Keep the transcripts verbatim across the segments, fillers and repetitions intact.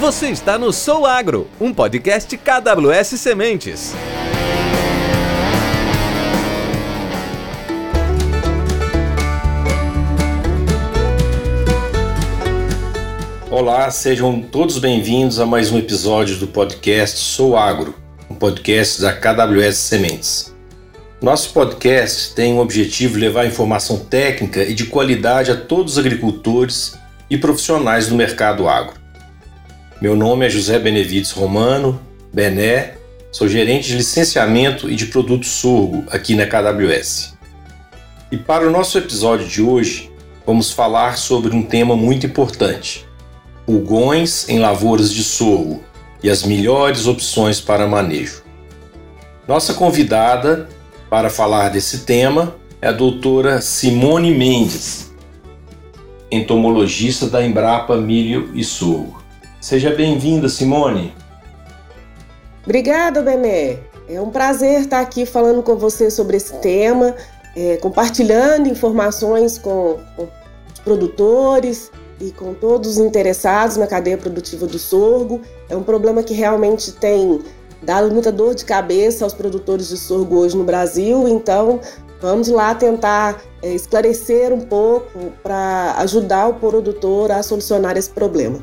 Você está no Sou Agro, um podcast K W S Sementes. Olá, sejam todos bem-vindos a mais um episódio do podcast Sou Agro, um podcast da K W S Sementes. Nosso podcast tem o objetivo de levar informação técnica e de qualidade a todos os agricultores e profissionais do mercado agro. Meu nome é José Benevides Romano, Bené, sou gerente de licenciamento e de produtos sorgo aqui na K W S. E para o nosso episódio de hoje, vamos falar sobre um tema muito importante: pulgões em lavouras de sorgo e as melhores opções para manejo. Nossa convidada para falar desse tema é a doutora Simone Mendes, entomologista da Embrapa Milho e Sorgo. Seja bem-vinda, Simone. Obrigada, Bené. É um prazer estar aqui falando com você sobre esse tema, é, compartilhando informações com, com os produtores e com todos os interessados na cadeia produtiva do sorgo. É um problema que realmente tem dado muita dor de cabeça aos produtores de sorgo hoje no Brasil, então vamos lá tentar é, esclarecer um pouco para ajudar o produtor a solucionar esse problema.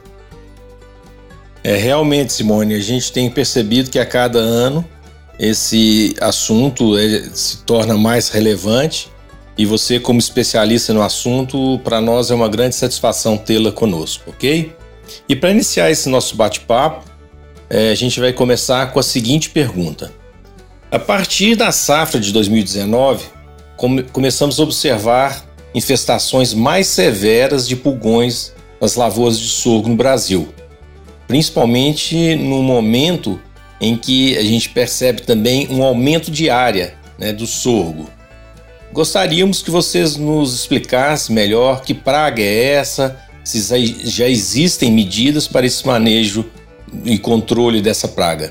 É, realmente, Simone, a gente tem percebido que a cada ano esse assunto é, se torna mais relevante e você, como especialista no assunto, para nós é uma grande satisfação tê-la conosco, ok? E para iniciar esse nosso bate-papo, É, a gente vai começar com a seguinte pergunta. A partir da safra de dois mil e dezenove, come, começamos a observar infestações mais severas de pulgões nas lavouras de sorgo no Brasil, principalmente no momento em que a gente percebe também um aumento de área, né, do sorgo. Gostaríamos que vocês nos explicassem melhor que praga é essa, se já existem medidas para esse manejo e controle dessa praga.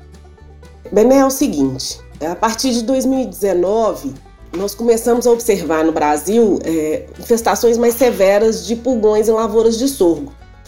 Bené, é o seguinte, a partir de dois mil e dezenove, nós começamos a observar no Brasil é, infestações mais severas de pulgões em lavouras de sorgo.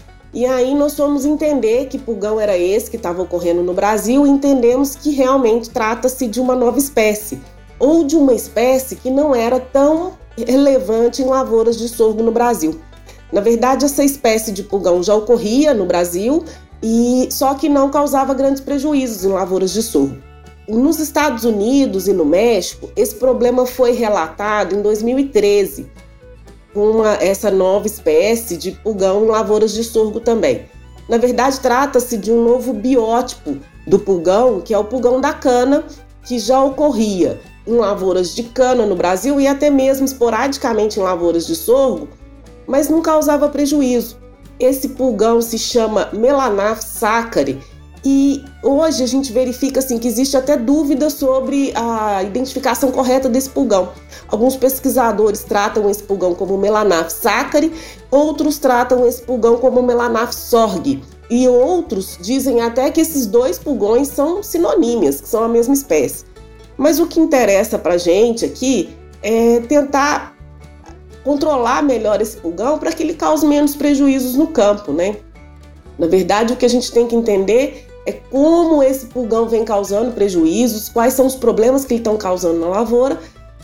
E aí nós fomos entender que pulgão era esse que estava ocorrendo no Brasil e entendemos que realmente trata-se de uma nova espécie, ou de uma espécie que não era tão relevante em lavouras de sorgo no Brasil. Na verdade, essa espécie de pulgão já ocorria no Brasil, E, só que não causava grandes prejuízos em lavouras de sorgo. Nos Estados Unidos e no México, esse problema foi relatado em dois mil e treze, com uma, essa nova espécie de pulgão em lavouras de sorgo também. Na verdade, trata-se de um novo biótipo do pulgão, que é o pulgão da cana, que já ocorria em lavouras de cana no Brasil e até mesmo esporadicamente em lavouras de sorgo, mas não causava prejuízo. Esse pulgão se chama Melanaphus sacchari e hoje a gente verifica assim, que existe até dúvida sobre a identificação correta desse pulgão. Alguns pesquisadores tratam esse pulgão como Melanaphus sacchari, outros tratam esse pulgão como Melanaphus sorgi e outros dizem até que esses dois pulgões são sinonímias, que são a mesma espécie. Mas o que interessa pra gente aqui é tentar controlar melhor esse pulgão para que ele cause menos prejuízos no campo, né? Na verdade, o que a gente tem que entender é como esse pulgão vem causando prejuízos, quais são os problemas que ele estão causando na lavoura,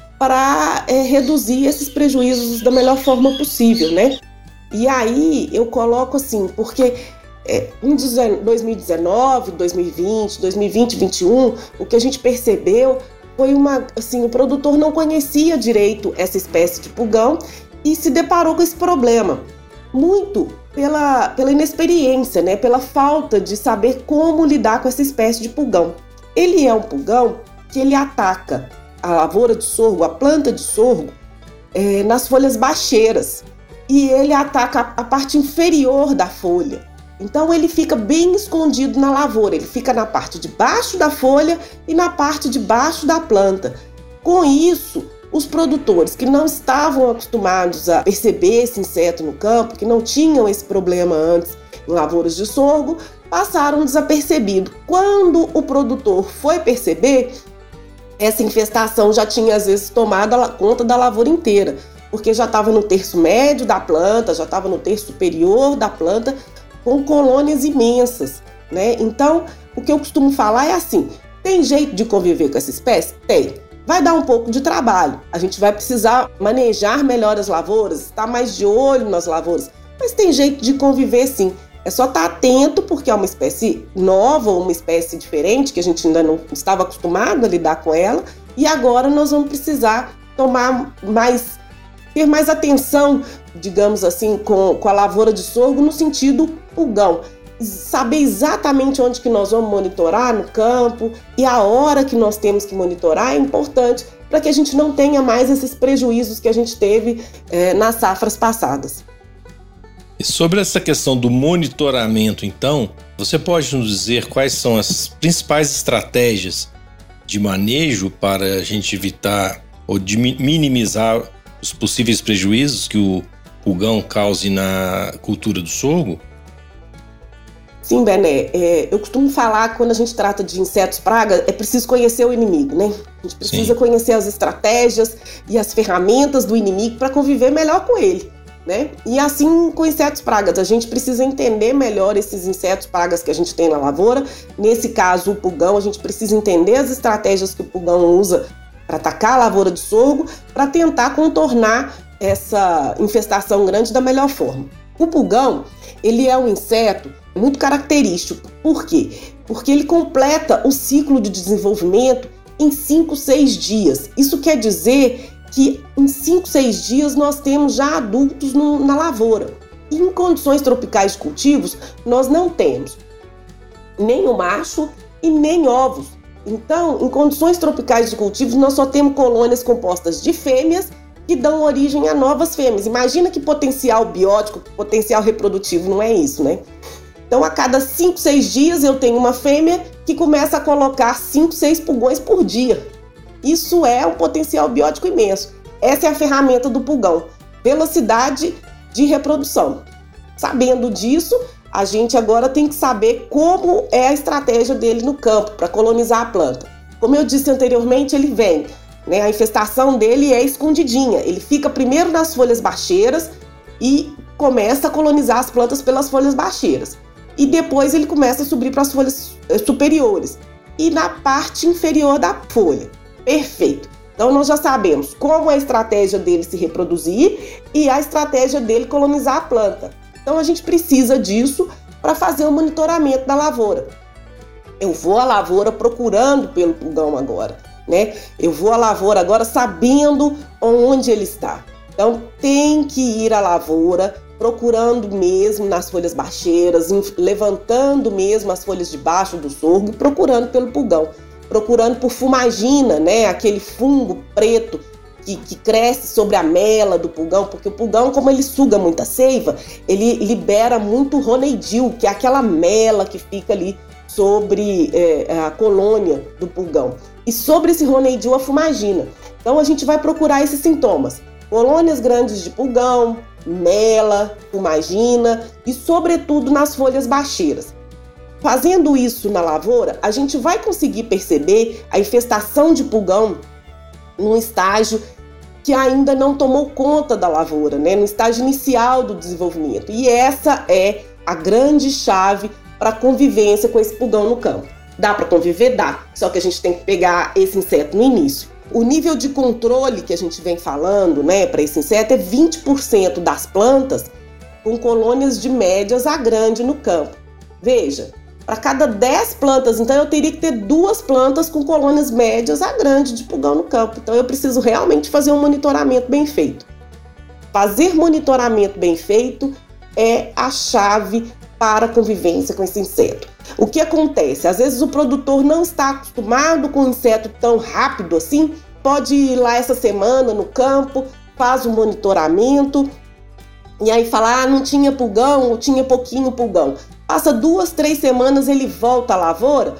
para é, reduzir esses prejuízos da melhor forma possível, né? E aí eu coloco assim, porque é, em dois mil e dezenove, dois mil e vinte, dois mil e vinte, dois mil e vinte e um, o que a gente percebeu foi uma, assim, o produtor não conhecia direito essa espécie de pulgão e se deparou com esse problema, muito pela, pela inexperiência, né, pela falta de saber como lidar com essa espécie de pulgão. Ele é um pulgão que ele ataca a lavoura de sorgo, a planta de sorgo, é, nas folhas baixeiras, e ele ataca a parte inferior da folha. Então ele fica bem escondido na lavoura, ele fica na parte de baixo da folha e na parte de baixo da planta. Com isso, os produtores que não estavam acostumados a perceber esse inseto no campo, que não tinham esse problema antes em lavouras de sorgo, passaram desapercebidos. Quando o produtor foi perceber, essa infestação já tinha às vezes tomado conta da lavoura inteira, porque já estava no terço médio da planta, já estava no terço superior da planta, com colônias imensas, né? Então, o que eu costumo falar é assim, tem jeito de conviver com essa espécie? Tem. Vai dar um pouco de trabalho, a gente vai precisar manejar melhor as lavouras, estar mais de olho nas lavouras, mas tem jeito de conviver sim. É só estar atento, porque é uma espécie nova ou uma espécie diferente, que a gente ainda não estava acostumado a lidar com ela, e agora nós vamos precisar tomar mais, ter mais atenção, digamos assim, com, com a lavoura de sorgo no sentido pulgão. Saber exatamente onde que nós vamos monitorar no campo e a hora que nós temos que monitorar é importante para que a gente não tenha mais esses prejuízos que a gente teve é, nas safras passadas. E sobre essa questão do monitoramento, então, você pode nos dizer quais são as principais estratégias de manejo para a gente evitar ou de minimizar os possíveis prejuízos que o pulgão cause na cultura do sorgo? Sim, Bené, é, eu costumo falar que quando a gente trata de insetos praga, é preciso conhecer o inimigo, né? A gente precisa Sim. conhecer as estratégias e as ferramentas do inimigo para conviver melhor com ele, né? E assim com insetos pragas, a gente precisa entender melhor esses insetos pragas que a gente tem na lavoura. Nesse caso, o pulgão, a gente precisa entender as estratégias que o pulgão usa para atacar a lavoura de sorgo, para tentar contornar essa infestação grande da melhor forma. O pulgão, ele é um inseto muito característico. Por quê? Porque ele completa o ciclo de desenvolvimento em cinco, seis dias. Isso quer dizer que em cinco, seis dias nós temos já adultos no, na lavoura. E em condições tropicais de cultivos, nós não temos nem o macho e nem ovos. Então, em condições tropicais de cultivos, nós só temos colônias compostas de fêmeas que dão origem a novas fêmeas. Imagina que potencial biótico, que potencial reprodutivo, não é isso, né? Então, a cada cinco, seis dias eu tenho uma fêmea que começa a colocar cinco, seis pulgões por dia. Isso é um potencial biótico imenso. Essa é a ferramenta do pulgão, velocidade de reprodução. Sabendo disso, a gente agora tem que saber como é a estratégia dele no campo para colonizar a planta. Como eu disse anteriormente, ele vem, né? A infestação dele é escondidinha. Ele fica primeiro nas folhas baixeiras e começa a colonizar as plantas pelas folhas baixeiras. E depois ele começa a subir para as folhas superiores e na parte inferior da folha. Perfeito. Então nós já sabemos como é a estratégia dele se reproduzir e a estratégia dele colonizar a planta. Então a gente precisa disso para fazer o monitoramento da lavoura. Eu vou à lavoura procurando pelo pulgão agora, né? Eu vou à lavoura agora sabendo onde ele está. Então tem que ir à lavoura procurando mesmo nas folhas baixeiras, levantando mesmo as folhas de baixo do sorgo e procurando pelo pulgão. Procurando por fumagina, né? Aquele fungo preto que, que cresce sobre a mela do pulgão, porque o pulgão, como ele suga muita seiva, ele libera muito roneidil, que é aquela mela que fica ali sobre é, a colônia do pulgão. E sobre esse roneidil, a fumagina. Então a gente vai procurar esses sintomas. Colônias grandes de pulgão, mela, fumagina e sobretudo nas folhas baixeiras. Fazendo isso na lavoura, a gente vai conseguir perceber a infestação de pulgão num estágio que ainda não tomou conta da lavoura, né? No estágio inicial do desenvolvimento. E essa é a grande chave para a convivência com esse pulgão no campo. Dá para conviver? Dá. Só que a gente tem que pegar esse inseto no início. O nível de controle que a gente vem falando, né, para esse inseto é vinte por cento das plantas com colônias de médias a grande no campo. Veja, para cada dez plantas, então eu teria que ter duas plantas com colônias médias a grande de pulgão no campo. Então eu preciso realmente fazer um monitoramento bem feito. Fazer monitoramento bem feito é a chave para a convivência com esse inseto. O que acontece? Às vezes o produtor não está acostumado com um inseto tão rápido assim, pode ir lá essa semana no campo, faz o monitoramento e aí fala, ah, não tinha pulgão ou tinha pouquinho pulgão. Passa duas, três semanas, ele volta à lavoura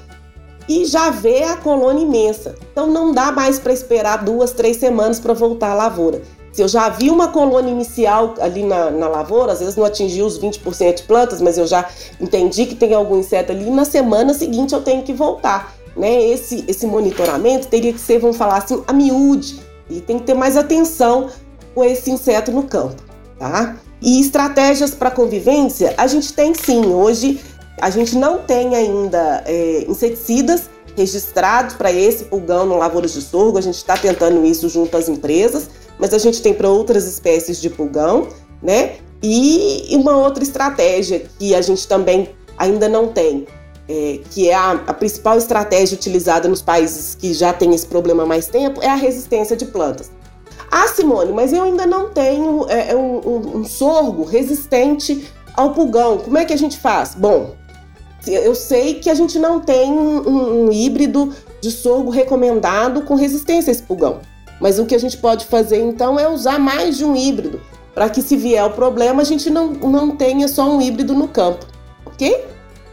e já vê a colônia imensa. Então não dá mais para esperar duas, três semanas para voltar à lavoura. Se eu já vi uma colônia inicial ali na, na lavoura, às vezes não atingiu os vinte por cento de plantas, mas eu já entendi que tem algum inseto ali, na semana seguinte eu tenho que voltar, né? Esse, esse monitoramento teria que ser, vamos falar assim, a miúde. Ele tem que ter mais atenção com esse inseto no campo, tá? E estratégias para convivência, a gente tem sim. Hoje a gente não tem ainda é, inseticidas registrados para esse pulgão no lavouras de sorgo. A gente está tentando isso junto às empresas, mas a gente tem para outras espécies de pulgão, né? E uma outra estratégia que a gente também ainda não tem, é, que é a, a principal estratégia utilizada nos países que já têm esse problema há mais tempo, é a resistência de plantas. Ah, Simone, mas eu ainda não tenho é, um, um, um sorgo resistente ao pulgão. Como é que a gente faz? Bom, eu sei que a gente não tem um, um híbrido de sorgo recomendado com resistência a esse pulgão. Mas o que a gente pode fazer, então, é usar mais de um híbrido, para que, se vier o problema, a gente não, não tenha só um híbrido no campo. Ok?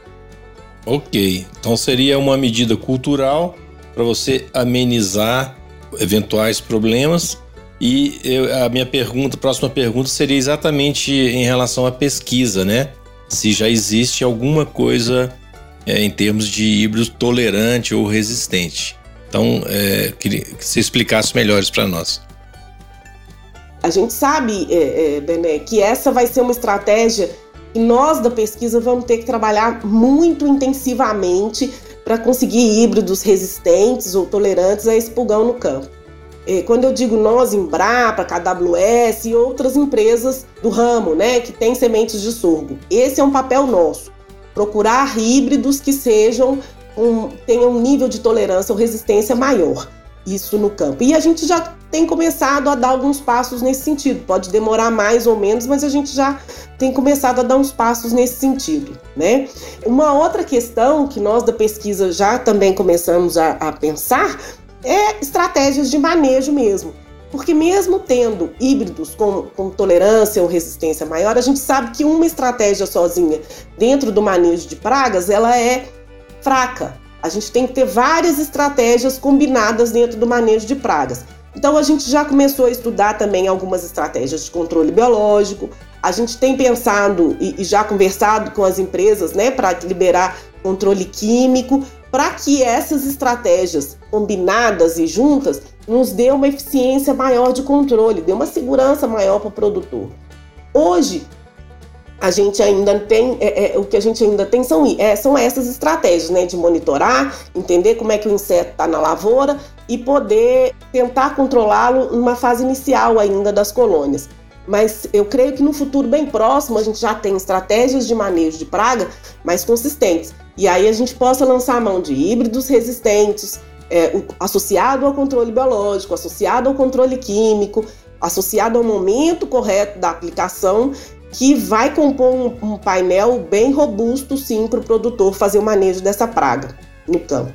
Ok. Então, seria uma medida cultural para você amenizar eventuais problemas. E eu, a minha pergunta, a próxima pergunta seria exatamente em relação à pesquisa, né? Se já existe alguma coisa é, em termos de híbrido tolerante ou resistente. Então, é, queria que você explicasse melhores para nós. A gente sabe, é, é, Bené, que essa vai ser uma estratégia que nós da pesquisa vamos ter que trabalhar muito intensivamente para conseguir híbridos resistentes ou tolerantes a esse pulgão no campo. É, quando eu digo nós, Embrapa, K W S e outras empresas do ramo, né, que têm sementes de sorgo, esse é um papel nosso. Procurar híbridos que sejam um, tenham um nível de tolerância ou resistência maior, isso no campo. E a gente já tem começado a dar alguns passos nesse sentido. Pode demorar mais ou menos, mas a gente já tem começado a dar uns passos nesse sentido, né? Uma outra questão que nós da pesquisa já também começamos a, a pensar é estratégias de manejo mesmo. Porque mesmo tendo híbridos com, com tolerância ou resistência maior, a gente sabe que uma estratégia sozinha dentro do manejo de pragas, ela é fraca. A gente tem que ter várias estratégias combinadas dentro do manejo de pragas. Então a gente já começou a estudar também algumas estratégias de controle biológico. A gente tem pensado e, e já conversado com as empresas, né, para liberar controle químico, para que essas estratégias combinadas e juntas nos dê uma eficiência maior de controle, dê uma segurança maior para o produtor. Hoje, a gente ainda tem, é, é, o que a gente ainda tem são, é, são essas estratégias, né, de monitorar, entender como é que o inseto está na lavoura e poder tentar controlá-lo numa fase inicial ainda das colônias. Mas eu creio que no futuro bem próximo a gente já tem estratégias de manejo de praga mais consistentes. E aí a gente possa lançar a mão de híbridos resistentes, é, o, associado ao controle biológico, associado ao controle químico, associado ao momento correto da aplicação, que vai compor um, um painel bem robusto, sim, para o produtor fazer o manejo dessa praga no campo.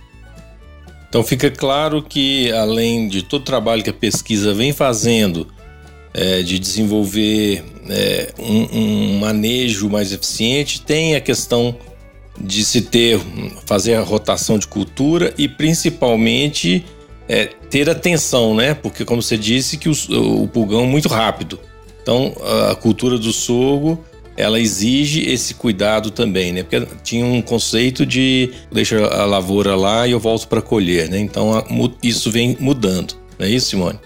Então fica claro que, além de todo o trabalho que a pesquisa vem fazendo, é, de desenvolver é, um, um manejo mais eficiente, tem a questão de se ter, fazer a rotação de cultura e principalmente é, ter atenção, né? Porque, como você disse, que o, o pulgão é muito rápido. Então, a cultura do sorgo, ela exige esse cuidado também, né? Porque tinha um conceito de deixa a lavoura lá e eu volto para colher, né? Então, isso vem mudando, não é isso, Simone?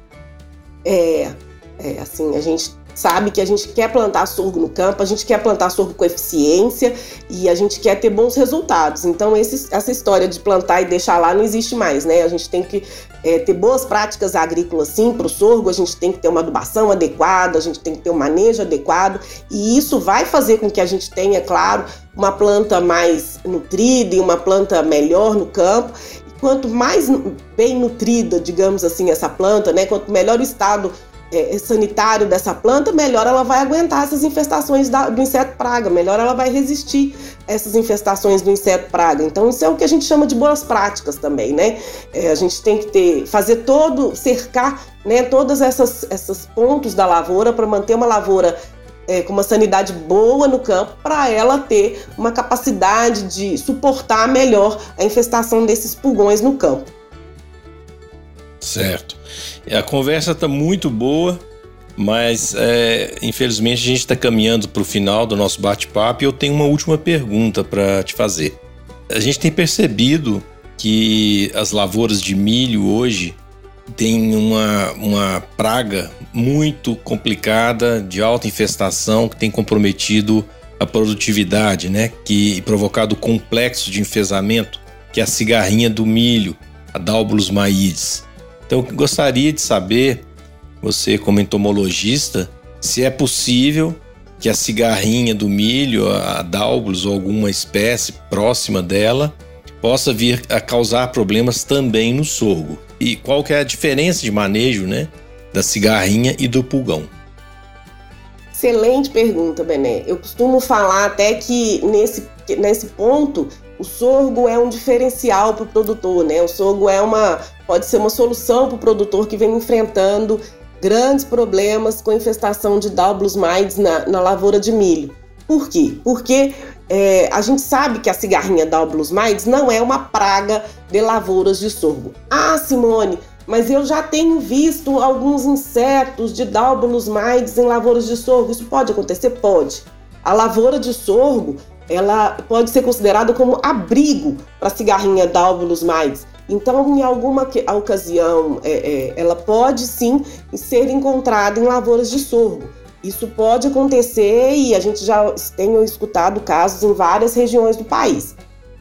É, é assim, a gente sabe que a gente quer plantar sorgo no campo, a gente quer plantar sorgo com eficiência e a gente quer ter bons resultados. Então, esse, essa história de plantar e deixar lá não existe mais, né? A gente tem que é, ter boas práticas agrícolas, sim, para o sorgo, a gente tem que ter uma adubação adequada, a gente tem que ter um manejo adequado e isso vai fazer com que a gente tenha, claro, uma planta mais nutrida e uma planta melhor no campo. Quanto mais bem nutrida, digamos assim, essa planta, né? Quanto melhor o estado É, sanitário dessa planta, melhor ela vai aguentar essas infestações da, do inseto praga, melhor ela vai resistir a essas infestações do inseto praga. Então isso é o que a gente chama de boas práticas também, né? É, a gente tem que ter, fazer todo, cercar, né, todas essas, essas pontos da lavoura para manter uma lavoura é, com uma sanidade boa no campo, para ela ter uma capacidade de suportar melhor a infestação desses pulgões no campo. Certo. A conversa está muito boa, mas é, infelizmente a gente está caminhando para o final do nosso bate-papo e eu tenho uma última pergunta para te fazer. A gente tem percebido que as lavouras de milho hoje tem uma, uma praga muito complicada, de alta infestação, que tem comprometido a produtividade, né? Que provocado complexo de enfesamento, que é a cigarrinha do milho, a Dalbolus maides. Então, eu gostaria de saber, você como entomologista, se é possível que a cigarrinha do milho, a Dalbolus ou alguma espécie próxima dela, possa vir a causar problemas também no sorgo. E qual que é a diferença de manejo, né, da cigarrinha e do pulgão? Excelente pergunta, Bené. Eu costumo falar até que nesse, nesse ponto o sorgo é um diferencial para o produtor, né? O sorgo é uma, pode ser uma solução para o produtor que vem enfrentando grandes problemas com a infestação de Dalbolus maides na, na lavoura de milho. Por quê? Porque é, a gente sabe que a cigarrinha Dalbolus maides não é uma praga de lavouras de sorgo. Ah, Simone, mas eu já tenho visto alguns insetos de Dalbolus maides em lavouras de sorgo. Isso pode acontecer? Pode. A lavoura de sorgo, ela pode ser considerada como abrigo para a cigarrinha Dalbolus maides. Então, em alguma ocasião, é, é, ela pode sim ser encontrada em lavouras de sorgo. Isso pode acontecer e a gente já tem escutado casos em várias regiões do país.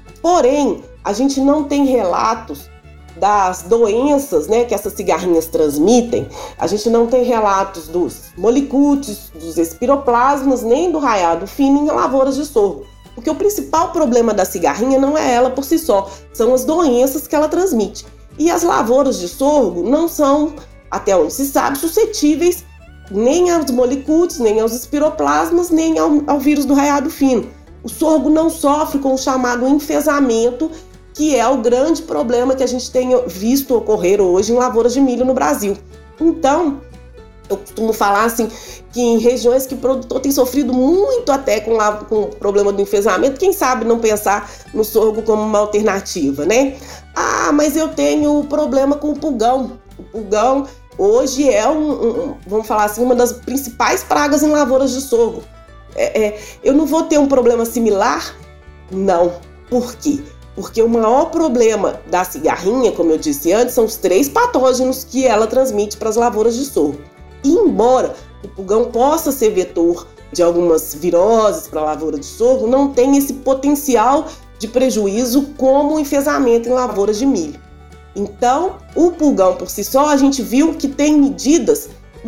Porém, a gente não tem relatos das doenças, né, que essas cigarrinhas transmitem. A gente não tem relatos dos molicutes, dos espiroplasmas, nem do raiado fino em lavouras de sorgo. Porque o principal problema da cigarrinha não é ela por si só, são as doenças que ela transmite. E as lavouras de sorgo não são, até onde se sabe, suscetíveis nem aos molicutes, nem aos espiroplasmas, nem ao, ao vírus do raiado fino. O sorgo não sofre com o chamado enfesamento, que é o grande problema que a gente tem visto ocorrer hoje em lavouras de milho no Brasil. Então, eu costumo falar assim, que em regiões que o produtor tem sofrido muito até com, la, com o problema do enfesamento, quem sabe não pensar no sorgo como uma alternativa, né? Ah, mas eu tenho problema com o pulgão. O pulgão hoje é, um, um, vamos falar assim, uma das principais pragas em lavouras de sorgo. É, é, eu não vou ter um problema similar? Não. Por quê? Porque o maior problema da cigarrinha, como eu disse antes, são os três patógenos que ela transmite para as lavouras de sorgo. E embora o pulgão possa ser vetor de algumas viroses para a lavoura de sorgo, não tem esse potencial de prejuízo como o enfesamento em lavouras de milho. Então, o pulgão por si só, a gente viu que tem medidas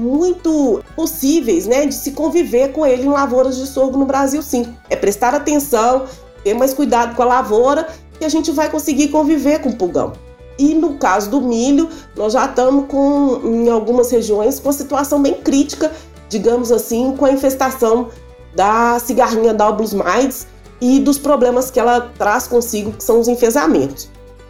muito possíveis, né, de se conviver com ele em lavouras de sorgo no Brasil, sim. É prestar atenção, ter mais cuidado com a lavoura, que a gente vai conseguir conviver com o pulgão. E no caso do milho, nós já estamos com, em algumas regiões, com a situação bem crítica, digamos assim, com a infestação da cigarrinha Dalbolus maides e dos problemas que ela traz consigo, que são os enfesamentos.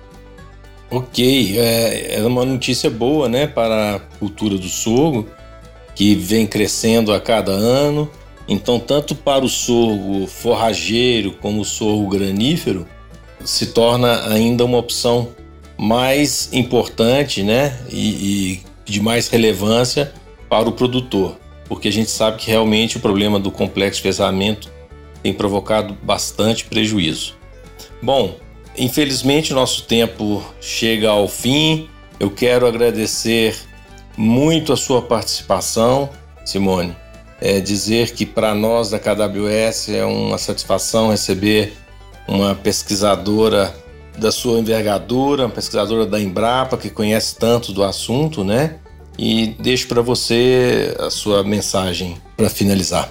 Ok, é, é uma notícia boa, né, para a cultura do sorgo, que vem crescendo a cada ano. Então, tanto para o sorgo forrageiro como o sorgo granífero, se torna ainda uma opção mais importante, né, e, e de mais relevância para o produtor, porque a gente sabe que realmente o problema do complexo de enfesamento tem provocado bastante prejuízo. Bom, infelizmente o nosso tempo chega ao fim. Eu quero agradecer muito a sua participação, Simone. É dizer que para nós da K W S é uma satisfação receber uma pesquisadora da sua envergadura, uma pesquisadora da Embrapa, que conhece tanto do assunto, né? E deixo para você a sua mensagem para finalizar.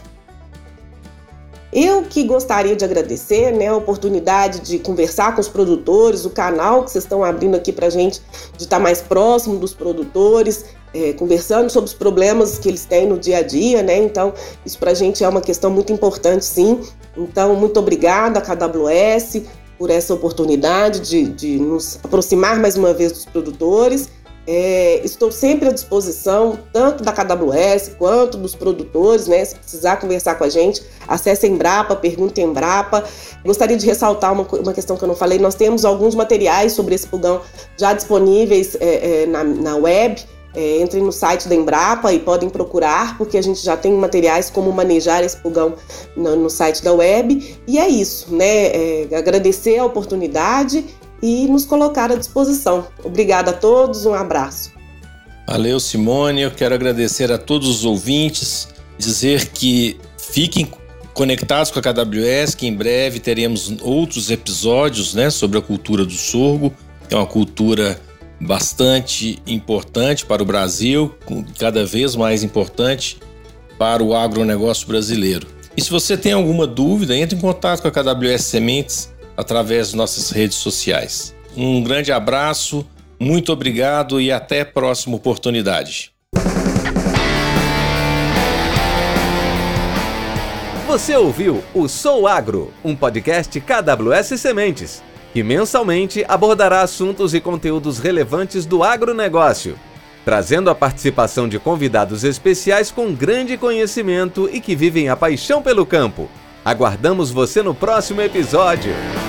Eu que gostaria de agradecer, né, a oportunidade de conversar com os produtores, o canal que vocês estão abrindo aqui para a gente, de estar mais próximo dos produtores, é, conversando sobre os problemas que eles têm no dia a dia, né? Então, isso para a gente é uma questão muito importante, sim. Então, muito obrigada, K W S, por essa oportunidade de, de nos aproximar mais uma vez dos produtores. É, estou sempre à disposição, tanto da K W S quanto dos produtores, né? Se precisar conversar com a gente, acesse a Embrapa, pergunte a Embrapa. Gostaria de ressaltar uma, uma questão que eu não falei. Nós temos alguns materiais sobre esse pulgão já disponíveis é, é, na, na web. É, entrem no site da Embrapa e podem procurar, porque a gente já tem materiais como manejar esse pulgão no, no site da web. E é isso, né? É, agradecer a oportunidade e nos colocar à disposição. Obrigada a todos, um abraço. Valeu, Simone. Eu quero agradecer a todos os ouvintes, dizer que fiquem conectados com a K W S, que em breve teremos outros episódios, né, sobre a cultura do sorgo, que é uma cultura bastante importante para o Brasil, cada vez mais importante para o agronegócio brasileiro. E se você tem alguma dúvida, entre em contato com a K W S Sementes através de nossas redes sociais. Um grande abraço, muito obrigado e até a próxima oportunidade. Você ouviu o Sou Agro, um podcast K W S Sementes, que mensalmente abordará assuntos e conteúdos relevantes do agronegócio, trazendo a participação de convidados especiais com grande conhecimento e que vivem a paixão pelo campo. Aguardamos você no próximo episódio!